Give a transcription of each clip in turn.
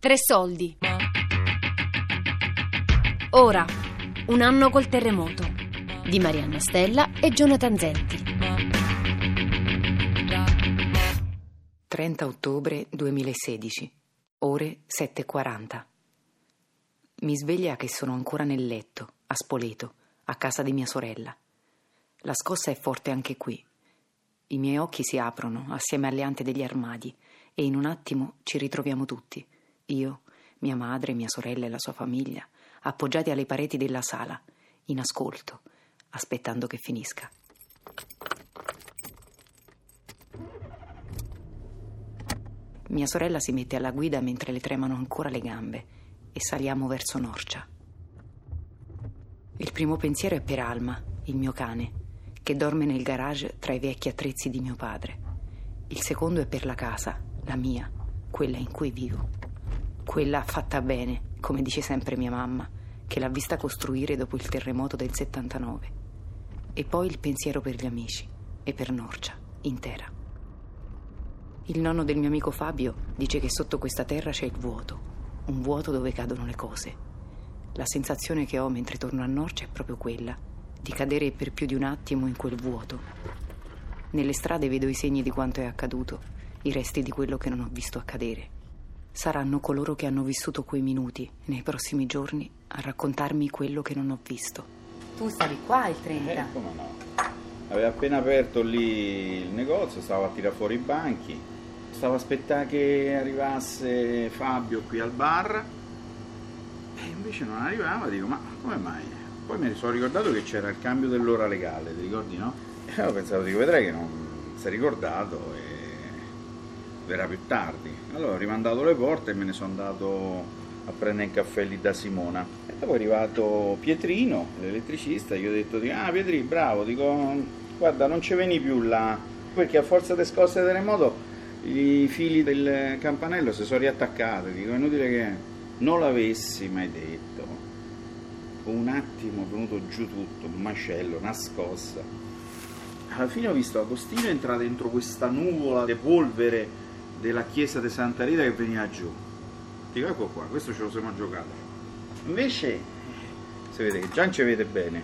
Tre soldi. Ora, un anno col terremoto di Marianna Stella e Jonathan Zenti. 30 ottobre 2016, ore 7:40. Mi sveglia che sono ancora nel letto, a Spoleto, a casa di mia sorella. La scossa è forte anche qui. I miei occhi si aprono assieme alle ante degli armadi e in un attimo ci ritroviamo tutti. Io, mia madre, mia sorella e la sua famiglia, appoggiati alle pareti della sala, in ascolto, aspettando che finisca. Mia sorella si mette alla guida mentre le tremano ancora le gambe e saliamo verso Norcia. Il primo pensiero è per Alma, il mio cane, che dorme nel garage tra i vecchi attrezzi di mio padre. Il secondo è per la casa, la mia, quella in cui vivo. Quella fatta bene, come dice sempre mia mamma, che l'ha vista costruire dopo il terremoto del 79. E poi il pensiero per gli amici e per Norcia, intera. Il nonno del mio amico Fabio dice che sotto questa terra c'è il vuoto, un vuoto dove cadono le cose. La sensazione che ho mentre torno a Norcia è proprio quella, di cadere per più di un attimo in quel vuoto. Nelle strade vedo i segni di quanto è accaduto, i resti di quello che non ho visto accadere. Saranno coloro che hanno vissuto quei minuti, nei prossimi giorni, a raccontarmi quello che non ho visto. Tu stavi qua il 30? Come no? Aveva appena aperto lì il negozio, stavo a tirare fuori i banchi, stavo a aspettare che arrivasse Fabio qui al bar e invece non arrivava, dico ma come mai? Poi mi sono ricordato che c'era il cambio dell'ora legale, ti ricordi, no? E ho pensato, dico, vedrai che non si è ricordato e verrà più tardi. Allora ho rimandato le porte e me ne sono andato a prendere il caffè lì da Simona. E poi è arrivato Pietrino, l'elettricista, gli ho detto, Pietri, bravo, dico, guarda, non ci veni più là, perché a forza di scosse del terremoto i fili del campanello si sono riattaccati, dico, è inutile che non l'avessi mai detto. Un attimo è venuto giù tutto, un macello, una scossa. Alla fine ho visto Agostino entrare dentro questa nuvola di polvere della chiesa di Santa Rita che veniva giù. Dico, ecco qua, questo ce lo siamo giocato. Invece si vede che già non ci vede bene,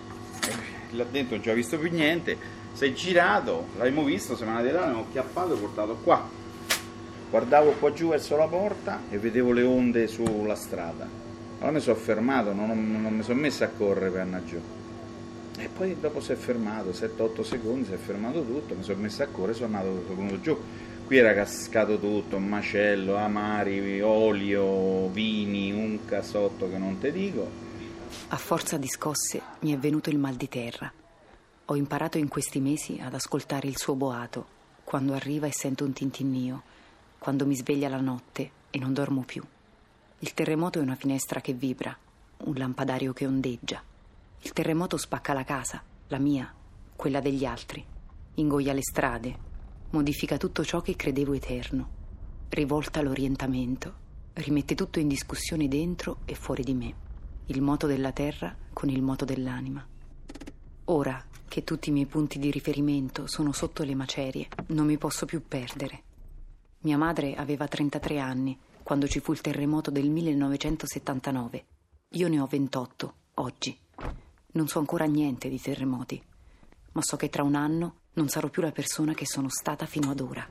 là dentro non ci ha visto più niente, si è girato, l'abbiamo visto, siamo andati là, l'abbiamo acchiappato e portato qua. Guardavo qua giù verso la porta e vedevo le onde sulla strada. Allora mi sono fermato, non mi sono messo a correre per andare giù. E poi dopo si è fermato, 7-8 secondi, si è fermato tutto, mi sono messo a correre, sono venuto giù. Qui era cascato tutto, un macello, amari, olio, vini, un casotto che non te dico. A forza di scosse mi è venuto il mal di terra. Ho imparato in questi mesi ad ascoltare il suo boato, quando arriva e sento un tintinnio, quando mi sveglia la notte e non dormo più. Il terremoto è una finestra che vibra, un lampadario che ondeggia. Il terremoto spacca la casa, la mia, quella degli altri, ingoia le strade, modifica tutto ciò che credevo eterno, rivolta l'orientamento, rimette tutto in discussione dentro e fuori di me, il moto della terra con il moto dell'anima. Ora che tutti i miei punti di riferimento sono sotto le macerie, non mi posso più perdere. Mia madre aveva 33 anni quando ci fu il terremoto del 1979. Io ne ho 28, oggi. Non so ancora niente di terremoti, ma so che tra un anno non sarò più la persona che sono stata fino ad ora.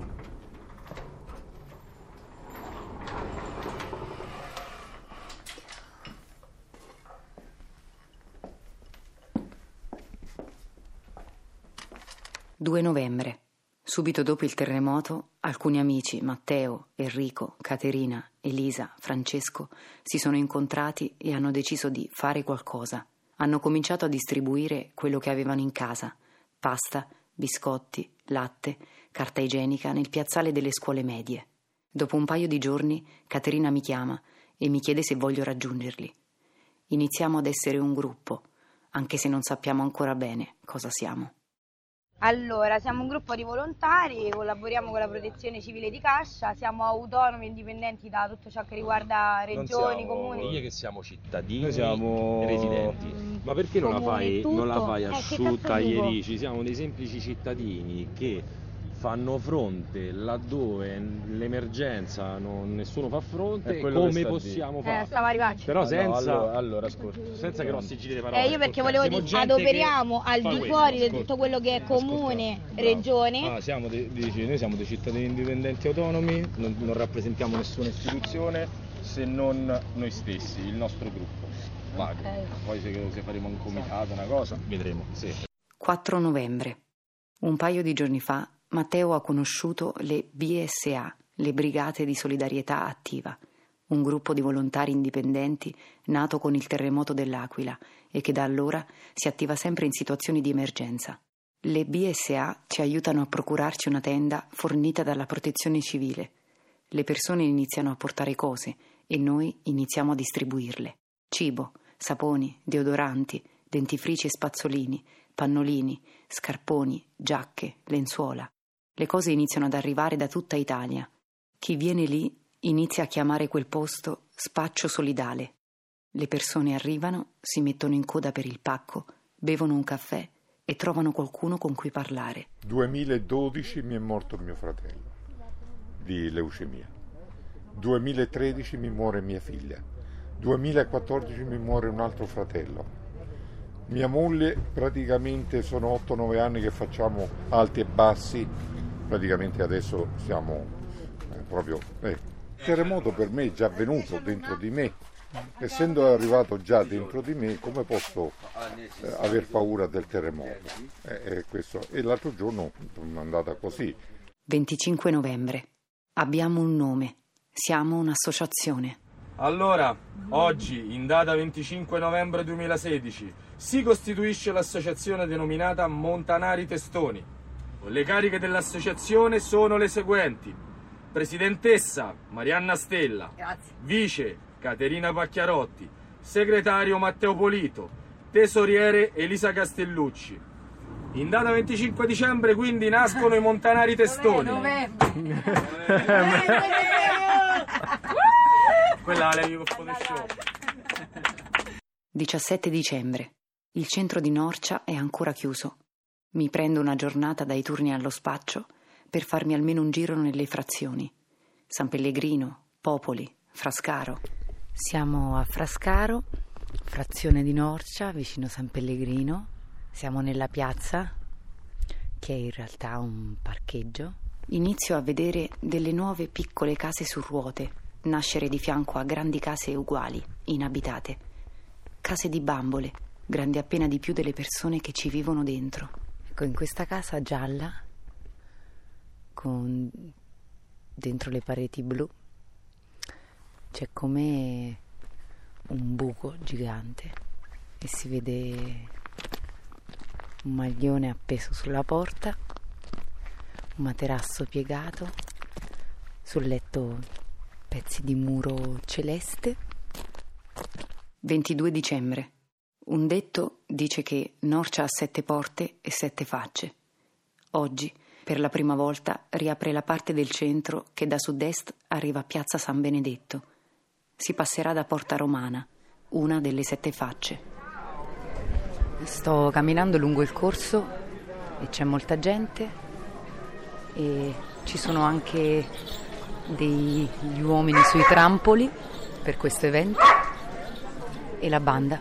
«2 novembre. Subito dopo il terremoto, alcuni amici, Matteo, Enrico, Caterina, Elisa, Francesco, si sono incontrati e hanno deciso di fare qualcosa. Hanno cominciato a distribuire quello che avevano in casa: pasta, biscotti, latte, carta igienica nel piazzale delle scuole medie. Dopo un paio di giorni Caterina mi chiama e mi chiede se voglio raggiungerli. Iniziamo ad essere un gruppo, anche se non sappiamo ancora bene cosa siamo. Allora, siamo un gruppo di volontari, collaboriamo con la Protezione Civile di Cascia, siamo autonomi e indipendenti da tutto ciò che riguarda regioni, comuni. Noi che siamo cittadini, Noi siamo residenti. Ma perché non la fai tutto. asciutta che cazzo ieri? dico? Ci siamo dei semplici cittadini che fanno fronte laddove l'emergenza nessuno fa fronte, come possiamo fare? Stava arrivando. Però senza, allora, ascolta, senza grossi di parole. Io perché volevo dire, adoperiamo al di fuori di tutto quello che è comune, regione. noi siamo dei cittadini indipendenti autonomi, non rappresentiamo nessuna istituzione se non noi stessi, il nostro gruppo. Poi se faremo un comitato, una cosa, vedremo. Sì. 4 novembre. Un paio di giorni fa Matteo ha conosciuto le BSA, le Brigate di Solidarietà Attiva, un gruppo di volontari indipendenti nato con il terremoto dell'Aquila e che da allora si attiva sempre in situazioni di emergenza. Le BSA ci aiutano a procurarci una tenda fornita dalla Protezione Civile. Le persone iniziano a portare cose e noi iniziamo a distribuirle. Cibo, saponi, deodoranti, dentifrici e spazzolini, pannolini, scarponi, giacche, lenzuola. Le cose iniziano ad arrivare da tutta Italia. Chi viene lì inizia a chiamare quel posto spaccio solidale. Le persone arrivano, si mettono in coda per il pacco, bevono un caffè e trovano qualcuno con cui parlare. 2012 mi è morto mio fratello di leucemia. 2013 mi muore mia figlia. 2014 mi muore un altro fratello. Mia moglie, praticamente sono 8-9 anni che facciamo alti e bassi, praticamente adesso siamo proprio... Il terremoto per me è già avvenuto dentro di me, essendo arrivato già dentro di me, come posso aver paura del terremoto? E l'altro giorno è andata così. 25 novembre. Abbiamo un nome, siamo un'associazione. Allora, oggi, in data 25 novembre 2016, si costituisce l'associazione denominata Montanari Testoni. Le cariche dell'associazione sono le seguenti: presidentessa Marianna Stella, Grazie. vice Caterina Pacchiarotti, segretario Matteo Polito, tesoriere Elisa Castellucci. In data 25 dicembre quindi nascono i Montanari Testoni. Quella la levi con Photoshop. 17 dicembre. Il centro di Norcia è ancora chiuso. Mi prendo una giornata dai turni allo spaccio per farmi almeno un giro nelle frazioni. San Pellegrino, Popoli, Frascaro. Siamo a Frascaro, frazione di Norcia, vicino San Pellegrino. Siamo nella piazza, che è in realtà un parcheggio. Inizio a vedere delle nuove piccole case su ruote nascere di fianco a grandi case uguali, inabitate. Case di bambole, grandi appena di più delle persone che ci vivono dentro. Ecco, in questa casa gialla, con dentro le pareti blu, c'è come un buco gigante e si vede un maglione appeso sulla porta, un materasso piegato, sul letto pezzi di muro celeste. 22 dicembre. Un detto dice che Norcia ha 7 porte e 7 facce. Oggi, per la prima volta, riapre la parte del centro che da sud-est arriva a Piazza San Benedetto. Si passerà da Porta Romana, una delle 7 facce. Sto camminando lungo il corso e c'è molta gente e ci sono anche degli uomini sui trampoli per questo evento e la banda.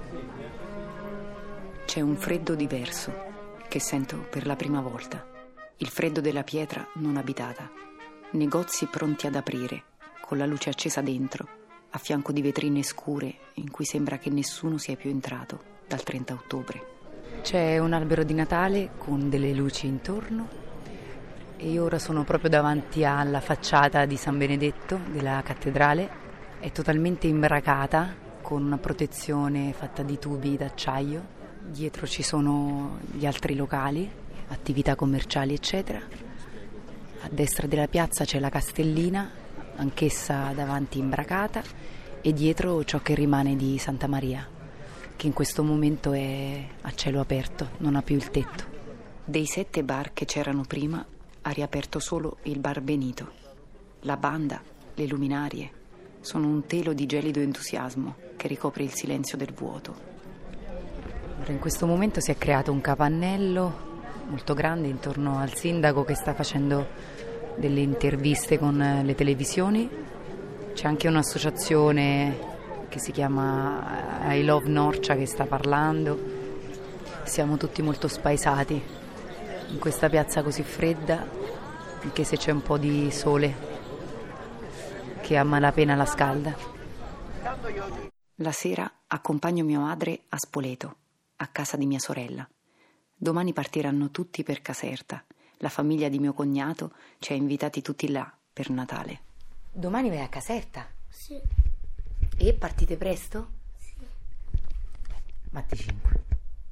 C'è un freddo diverso che sento per la prima volta. Il freddo della pietra non abitata. Negozi pronti ad aprire, con la luce accesa dentro, a fianco di vetrine scure in cui sembra che nessuno sia più entrato dal 30 ottobre. C'è un albero di Natale con delle luci intorno e io ora sono proprio davanti alla facciata di San Benedetto della cattedrale. È totalmente imbracata con una protezione fatta di tubi d'acciaio. Dietro ci sono gli altri locali, attività commerciali eccetera. A destra della piazza c'è la Castellina, anch'essa davanti imbracata, e dietro ciò che rimane di Santa Maria, che in questo momento è a cielo aperto, non ha più il tetto. Dei 7 bar che c'erano prima ha riaperto solo il bar Benito. La banda, le luminarie, sono un telo di gelido entusiasmo che ricopre il silenzio del vuoto. In questo momento si è creato un capannello molto grande intorno al sindaco che sta facendo delle interviste con le televisioni. C'è anche un'associazione che si chiama I Love Norcia che sta parlando. Siamo tutti molto spaesati in questa piazza così fredda, anche se c'è un po' di sole che a malapena la scalda. La sera accompagno mia madre a Spoleto, a casa di mia sorella. Domani partiranno tutti per Caserta. La famiglia di mio cognato ci ha invitati tutti là per Natale. Domani vai a Caserta? Sì. E partite presto? Sì. Batti 5.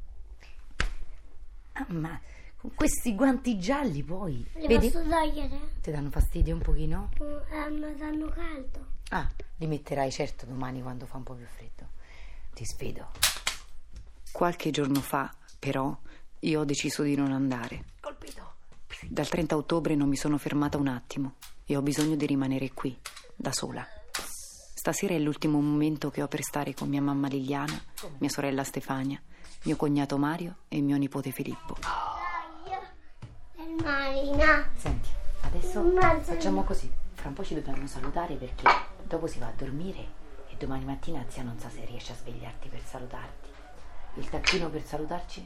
Ah, ma con questi guanti gialli poi. Li vedi? posso togliere? Ti danno fastidio un pochino? Mi danno caldo. Ah, li metterai certo domani quando fa un po' più freddo. Ti sfido. Qualche giorno fa, però, io ho deciso di non andare. Colpito. Dal 30 ottobre non mi sono fermata un attimo e ho bisogno di rimanere qui, da sola. Stasera è l'ultimo momento che ho per stare con mia mamma Liliana, mia sorella Stefania, mio cognato Mario e mio nipote Filippo. Marina. Senti, adesso facciamo così. Fra un po' ci dobbiamo salutare perché dopo si va a dormire e domani mattina zia non sa se riesce a svegliarti per salutarti. Il tacchino per salutarci?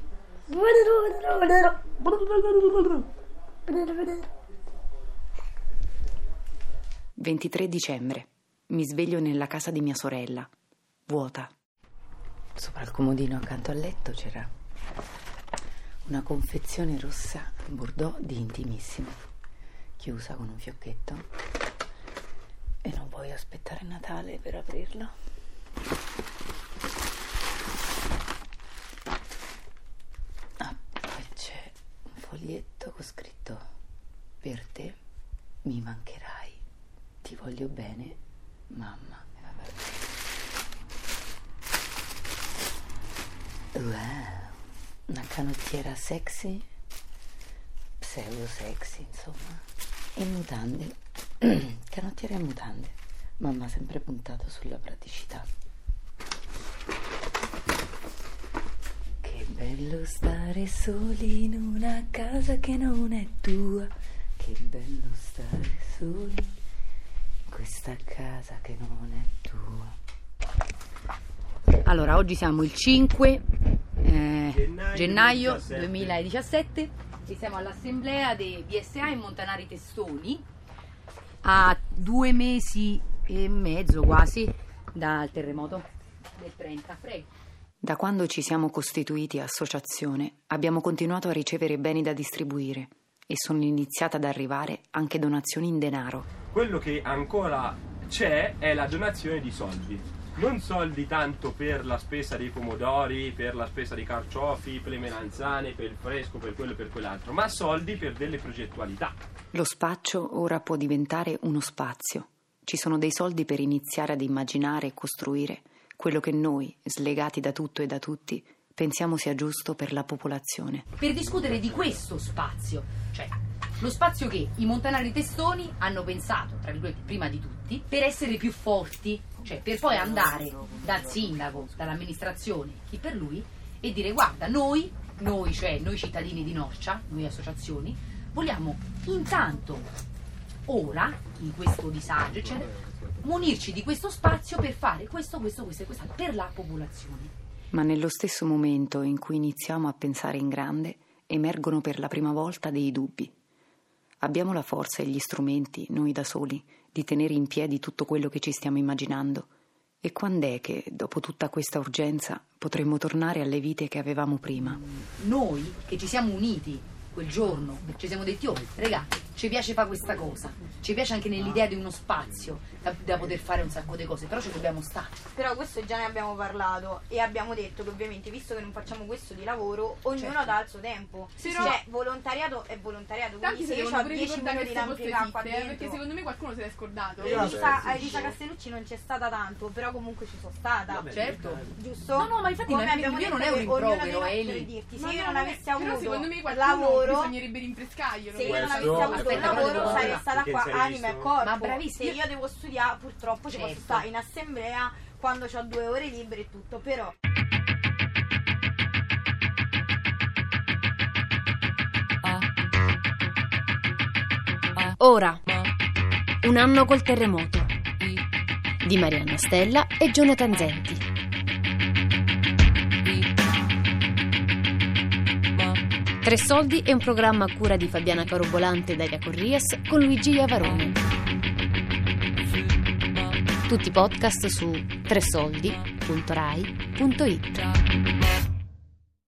23 dicembre. Mi sveglio nella casa di mia sorella, vuota. Sopra il comodino accanto al letto c'era una confezione rossa Bordeaux di Intimissimo, chiusa con un fiocchetto, e non voglio aspettare Natale per aprirlo. Ah, poi c'è un foglietto con scritto: per te mi mancherai, ti voglio bene, mamma. Wow, una canottiera sexy, pseudo sexy insomma, e mutande, canottiera e mutande. Mamma ha sempre puntato sulla praticità. Che bello stare soli in una casa che non è tua, che bello stare soli in questa casa che non è tua. Allora, oggi siamo il 5 gennaio 2017 e siamo all'assemblea dei BSA in Montanari Testoni, a 2 mesi e mezzo quasi dal terremoto del 30. Prego. Da quando ci siamo costituiti associazione abbiamo continuato a ricevere beni da distribuire e sono iniziate ad arrivare anche donazioni in denaro. Quello che ancora c'è è la donazione di soldi. Non soldi tanto per la spesa dei pomodori, per la spesa dei carciofi, per le melanzane, per il fresco, per quello e per quell'altro, ma soldi per delle progettualità. Lo spaccio ora può diventare uno spazio. Ci sono dei soldi per iniziare ad immaginare e costruire quello che noi, slegati da tutto e da tutti, pensiamo sia giusto per la popolazione. Per discutere di questo spazio, cioè lo spazio che i Montanari Testoni hanno pensato, tra virgolette, prima di tutti, per essere più forti, cioè per poi andare dal sindaco, dall'amministrazione, chi per lui, e dire: guarda, noi cittadini di Norcia, noi associazioni, vogliamo intanto, ora, in questo disagio, eccetera, munirci di questo spazio per fare questo e questo per la popolazione. Ma nello stesso momento in cui iniziamo a pensare in grande, emergono per la prima volta dei dubbi. Abbiamo la forza e gli strumenti, noi da soli, di tenere in piedi tutto quello che ci stiamo immaginando? E quando è che, dopo tutta questa urgenza, potremmo tornare alle vite che avevamo prima? Noi, che ci siamo uniti quel giorno, ci siamo detti: oh, ragazzi, ci piace fare questa cosa, ci piace anche nell'idea di uno spazio da poter fare un sacco di cose, però ci dobbiamo stare. Però questo già ne abbiamo parlato e abbiamo detto che ovviamente, visto che non facciamo questo di lavoro, ognuno dà il suo tempo. Cioè, volontariato è volontariato, quindi se io ho 10 minuti da impiegare qua dentro, perché secondo me qualcuno se l'è scordato. Elisa Castellucci non c'è stata tanto, però comunque ci sono stata. Vabbè, certo. Giusto? No, ma infatti non è un rimprovero, Eli. Se io non avessi avuto secondo me lavoro, bisognerebbe rinfrescarglielo. Se io non avessi avuto il lavoro sarei stata qua anima e corpo. Ma bravissima. Se io devo studiare, purtroppo ci posso stare in assemblea quando ho 2 ore libere e tutto, però Ora, un anno col terremoto di Marianna Stella e Jonathan Zenti. Tre soldi è un programma a cura di Fabiana Carobolante e Daria Corrias con Luigi Iavarone. Tutti i podcast su tresoldi.rai.it.